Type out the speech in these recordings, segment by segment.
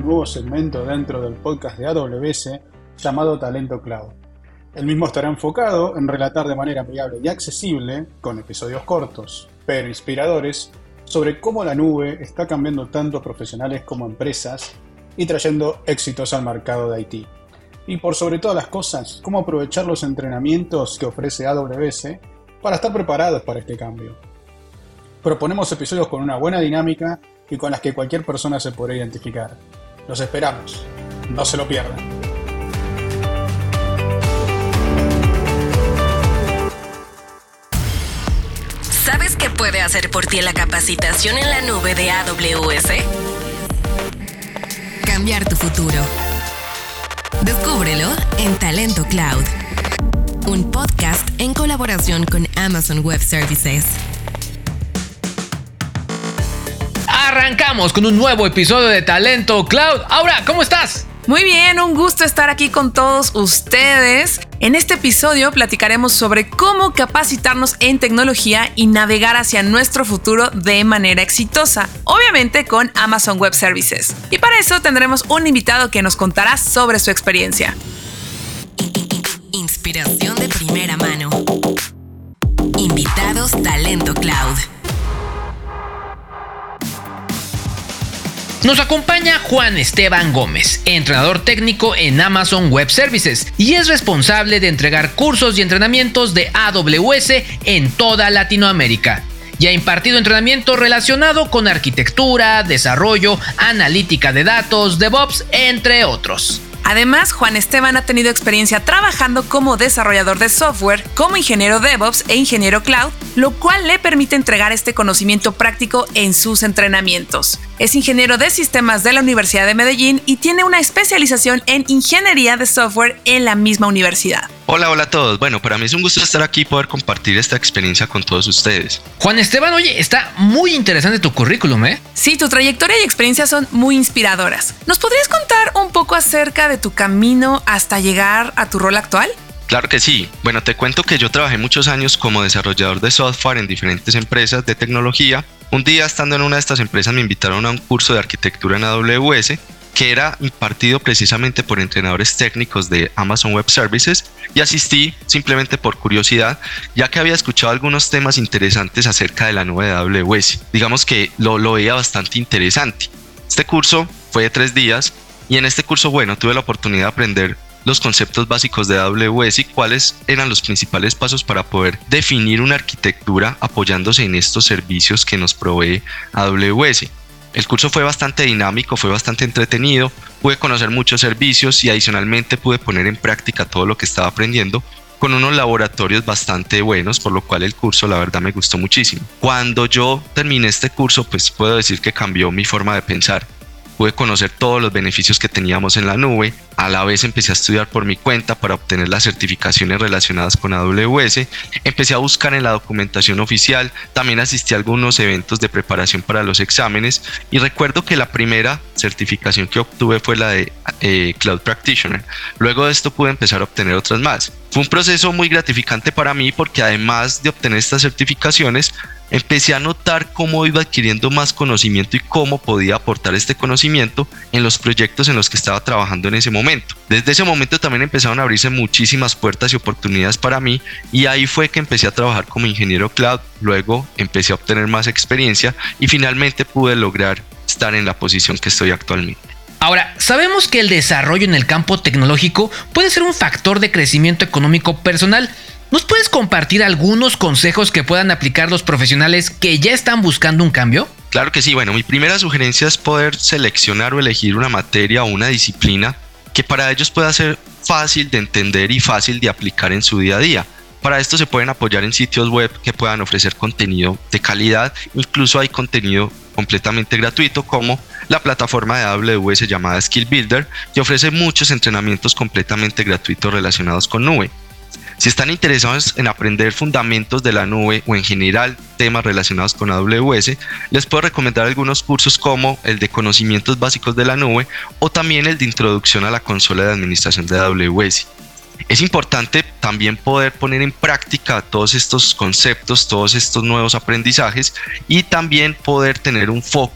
nuevo segmento dentro del podcast de AWS llamado Talento Cloud. El mismo estará enfocado en relatar de manera amigable y accesible, con episodios cortos, pero inspiradores, sobre cómo la nube está cambiando tanto a profesionales como a empresas y trayendo éxitos al mercado de IT. Y por sobre todas las cosas, cómo aprovechar los entrenamientos que ofrece AWS para estar preparados para este cambio. Proponemos episodios con una buena dinámica y con las que cualquier persona se podrá identificar. Los esperamos. No se lo pierdan. ¿Sabes qué puede hacer por ti la capacitación en la nube de AWS? Cambiar tu futuro. Descúbrelo en Talento Cloud, un podcast en colaboración con Amazon Web Services. Arrancamos con un nuevo episodio de Talento Cloud. Aura, ¿cómo estás? Muy bien, un gusto estar aquí con todos ustedes. En este episodio platicaremos sobre cómo capacitarnos en tecnología y navegar hacia nuestro futuro de manera exitosa, obviamente con Amazon Web Services. Y para eso tendremos un invitado que nos contará sobre su experiencia. Inspiración de primera mano. Invitados Talento Cloud. Nos acompaña Juan Esteban Gómez, entrenador técnico en Amazon Web Services y es responsable de entregar cursos y entrenamientos de AWS en toda Latinoamérica. Y ha impartido entrenamiento relacionado con arquitectura, desarrollo, analítica de datos, DevOps, entre otros. Además, Juan Esteban ha tenido experiencia trabajando como desarrollador de software, como ingeniero DevOps e ingeniero Cloud, lo cual le permite entregar este conocimiento práctico en sus entrenamientos. Es ingeniero de sistemas de la Universidad de Medellín y tiene una especialización en ingeniería de software en la misma universidad. Hola a todos. Bueno, para mí es un gusto estar aquí y poder compartir esta experiencia con todos ustedes. Juan Esteban, oye, está muy interesante tu currículum, ¿eh? Sí, tu trayectoria y experiencia son muy inspiradoras. ¿Nos podrías contar un poco acerca de tu camino hasta llegar a tu rol actual? Claro que sí. Bueno, te cuento que yo trabajé muchos años como desarrollador de software en diferentes empresas de tecnología. Un día, estando en una de estas empresas, me invitaron a un curso de arquitectura en AWS que era impartido precisamente por entrenadores técnicos de Amazon Web Services, y asistí simplemente por curiosidad, ya que había escuchado algunos temas interesantes acerca de la nube de AWS. Digamos que lo veía bastante interesante. Este curso fue de 3 días y en este curso, tuve la oportunidad de aprender los conceptos básicos de AWS y cuáles eran los principales pasos para poder definir una arquitectura apoyándose en estos servicios que nos provee AWS. El curso fue bastante dinámico, fue bastante entretenido, pude conocer muchos servicios y adicionalmente pude poner en práctica todo lo que estaba aprendiendo con unos laboratorios bastante buenos, por lo cual el curso la verdad me gustó muchísimo. Cuando yo terminé este curso, pues puedo decir que cambió mi forma de pensar. Pude conocer todos los beneficios que teníamos en la nube, a la vez empecé a estudiar por mi cuenta para obtener las certificaciones relacionadas con AWS, empecé a buscar en la documentación oficial, también asistí a algunos eventos de preparación para los exámenes y recuerdo que la primera certificación que obtuve fue la de Cloud Practitioner. Luego de esto pude empezar a obtener otras más. Fue un proceso muy gratificante para mí porque además de obtener estas certificaciones, empecé a notar cómo iba adquiriendo más conocimiento y cómo podía aportar este conocimiento en los proyectos en los que estaba trabajando en ese momento. Desde ese momento también empezaron a abrirse muchísimas puertas y oportunidades para mí y ahí fue que empecé a trabajar como ingeniero cloud, luego empecé a obtener más experiencia y finalmente pude lograr estar en la posición que estoy actualmente. Ahora, sabemos que el desarrollo en el campo tecnológico puede ser un factor de crecimiento económico personal. ¿Nos puedes compartir algunos consejos que puedan aplicar los profesionales que ya están buscando un cambio? Claro que sí. Mi primera sugerencia es poder seleccionar o elegir una materia o una disciplina que para ellos pueda ser fácil de entender y fácil de aplicar en su día a día. Para esto se pueden apoyar en sitios web que puedan ofrecer contenido de calidad. Incluso hay contenido completamente gratuito como la plataforma de AWS llamada Skill Builder, que ofrece muchos entrenamientos completamente gratuitos relacionados con nube. Si están interesados en aprender fundamentos de la nube o en general temas relacionados con AWS, les puedo recomendar algunos cursos como el de conocimientos básicos de la nube o también el de introducción a la consola de administración de AWS. Es importante también poder poner en práctica todos estos conceptos, todos estos nuevos aprendizajes y también poder tener un foco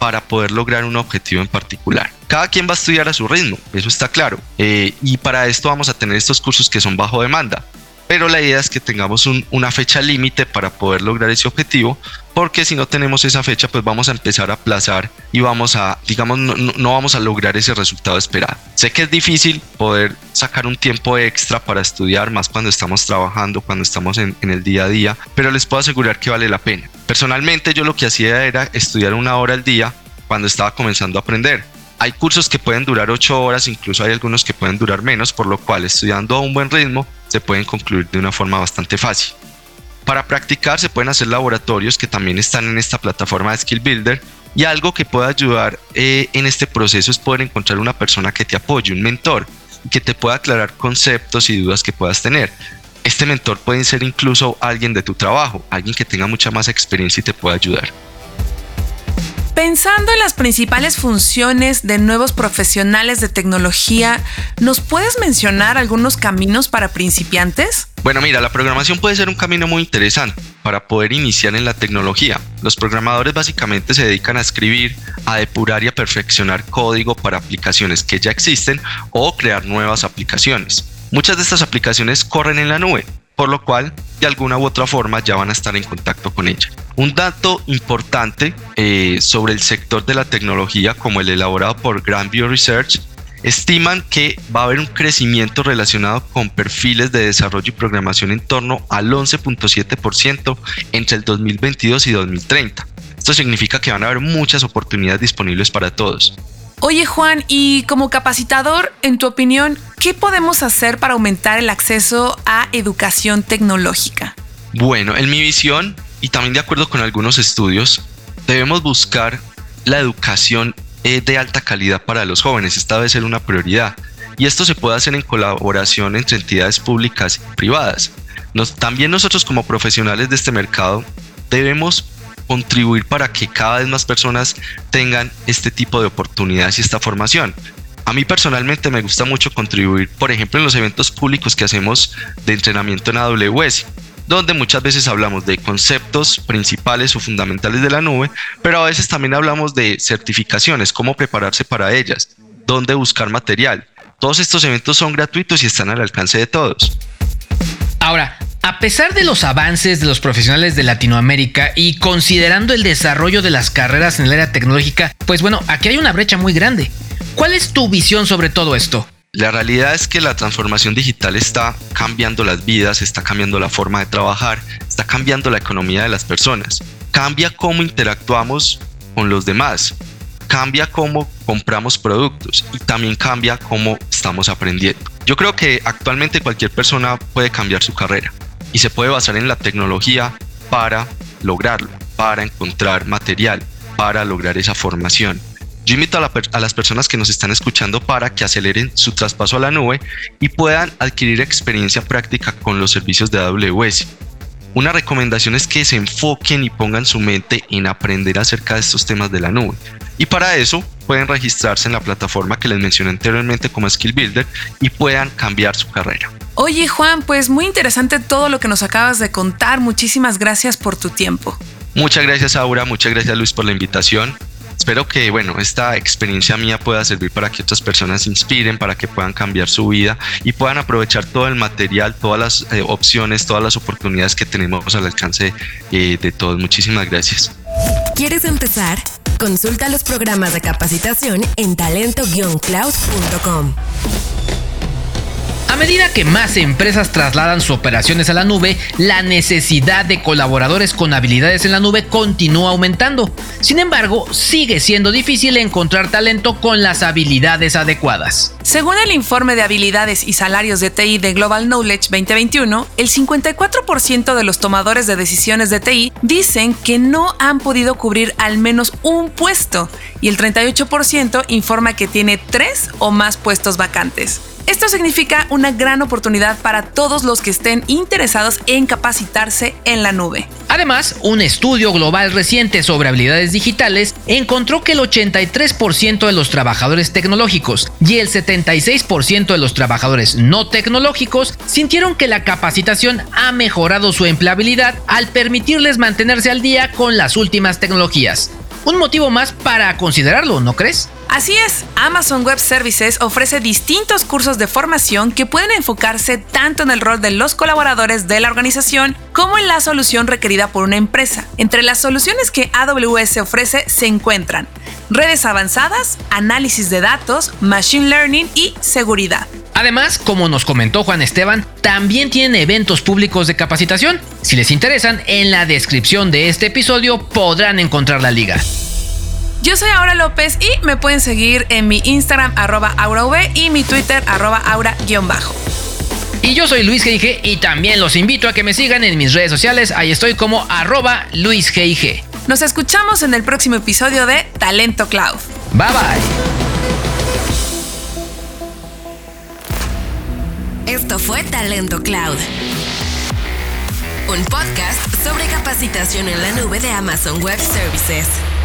para poder lograr un objetivo en particular. Cada quien va a estudiar a su ritmo, eso está claro, y para esto vamos a tener estos cursos que son bajo demanda. Pero la idea es que tengamos una fecha límite para poder lograr ese objetivo, porque si no tenemos esa fecha, pues vamos a empezar a aplazar y vamos a, digamos, no vamos a lograr ese resultado esperado. Sé que es difícil poder sacar un tiempo extra para estudiar, más cuando estamos trabajando, cuando estamos en el día a día, pero les puedo asegurar que vale la pena. Personalmente, yo lo que hacía era estudiar 1 hora al día cuando estaba comenzando a aprender. Hay cursos que pueden durar 8 horas, incluso hay algunos que pueden durar menos, por lo cual estudiando a un buen ritmo se pueden concluir de una forma bastante fácil. Para practicar se pueden hacer laboratorios que también están en esta plataforma de Skill Builder, y algo que puede ayudar en este proceso es poder encontrar una persona que te apoye, un mentor, que te pueda aclarar conceptos y dudas que puedas tener. Este mentor puede ser incluso alguien de tu trabajo, alguien que tenga mucha más experiencia y te pueda ayudar. Pensando en las principales funciones de nuevos profesionales de tecnología, ¿nos puedes mencionar algunos caminos para principiantes? Bueno, mira, la programación puede ser un camino muy interesante para poder iniciar en la tecnología. Los programadores básicamente se dedican a escribir, a depurar y a perfeccionar código para aplicaciones que ya existen o crear nuevas aplicaciones. Muchas de estas aplicaciones corren en la nube, por lo cual de alguna u otra forma ya van a estar en contacto con ella. Un dato importante sobre el sector de la tecnología, como el elaborado por Grand View Research, estiman que va a haber un crecimiento relacionado con perfiles de desarrollo y programación en torno al 11.7% entre el 2022 y 2030. Esto significa que van a haber muchas oportunidades disponibles para todos. Oye Juan, y como capacitador, en tu opinión, ¿qué podemos hacer para aumentar el acceso a educación tecnológica? Bueno, en mi visión, y también de acuerdo con algunos estudios, debemos buscar la educación de alta calidad para los jóvenes. Esta debe ser una prioridad, y esto se puede hacer en colaboración entre entidades públicas y privadas. También nosotros como profesionales de este mercado debemos contribuir para que cada vez más personas tengan este tipo de oportunidades y esta formación. A mí personalmente me gusta mucho contribuir, por ejemplo, en los eventos públicos que hacemos de entrenamiento en AWS, donde muchas veces hablamos de conceptos principales o fundamentales de la nube, pero a veces también hablamos de certificaciones, cómo prepararse para ellas, dónde buscar material. Todos estos eventos son gratuitos y están al alcance de todos. Ahora, a pesar de los avances de los profesionales de Latinoamérica y considerando el desarrollo de las carreras en el área tecnológica, pues bueno, aquí hay una brecha muy grande. ¿Cuál es tu visión sobre todo esto? La realidad es que la transformación digital está cambiando las vidas, está cambiando la forma de trabajar, está cambiando la economía de las personas. Cambia cómo interactuamos con los demás, cambia cómo compramos productos y también cambia cómo estamos aprendiendo. Yo creo que actualmente cualquier persona puede cambiar su carrera y se puede basar en la tecnología para lograrlo, para encontrar material, para lograr esa formación. Yo invito a las personas que nos están escuchando para que aceleren su traspaso a la nube y puedan adquirir experiencia práctica con los servicios de AWS. Una recomendación es que se enfoquen y pongan su mente en aprender acerca de estos temas de la nube. Y para eso pueden registrarse en la plataforma que les mencioné anteriormente como Skill Builder y puedan cambiar su carrera. Oye Juan, pues muy interesante todo lo que nos acabas de contar. Muchísimas gracias por tu tiempo. Muchas gracias Aura, muchas gracias Luis por la invitación. Espero que esta experiencia mía pueda servir para que otras personas se inspiren, para que puedan cambiar su vida y puedan aprovechar todo el material, todas las opciones, todas las oportunidades que tenemos al alcance de todos. Muchísimas gracias. ¿Quieres empezar? Consulta los programas de capacitación en talento-cloud.com. A medida que más empresas trasladan sus operaciones a la nube, la necesidad de colaboradores con habilidades en la nube continúa aumentando. Sin embargo, sigue siendo difícil encontrar talento con las habilidades adecuadas. Según el informe de habilidades y salarios de TI de Global Knowledge 2021, el 54% de los tomadores de decisiones de TI dicen que no han podido cubrir al menos un puesto y el 38% informa que tiene 3 o más puestos vacantes. Esto significa una gran oportunidad para todos los que estén interesados en capacitarse en la nube. Además, un estudio global reciente sobre habilidades digitales encontró que el 83% de los trabajadores tecnológicos y el 76% de los trabajadores no tecnológicos sintieron que la capacitación ha mejorado su empleabilidad al permitirles mantenerse al día con las últimas tecnologías. Un motivo más para considerarlo, ¿no crees? Así es, Amazon Web Services ofrece distintos cursos de formación que pueden enfocarse tanto en el rol de los colaboradores de la organización como en la solución requerida por una empresa. Entre las soluciones que AWS ofrece se encuentran redes avanzadas, análisis de datos, machine learning y seguridad. Además, como nos comentó Juan Esteban, también tienen eventos públicos de capacitación. Si les interesan, en la descripción de este episodio podrán encontrar la liga. Yo soy Aura López y me pueden seguir en mi Instagram @AuraV y mi Twitter @Aura_. Y yo soy Luis G.I.G. y también los invito a que me sigan en mis redes sociales. Ahí estoy como @LuisGIG. Nos escuchamos en el próximo episodio de Talento Cloud. Bye bye. Esto fue Talento Cloud, un podcast sobre capacitación en la nube de Amazon Web Services.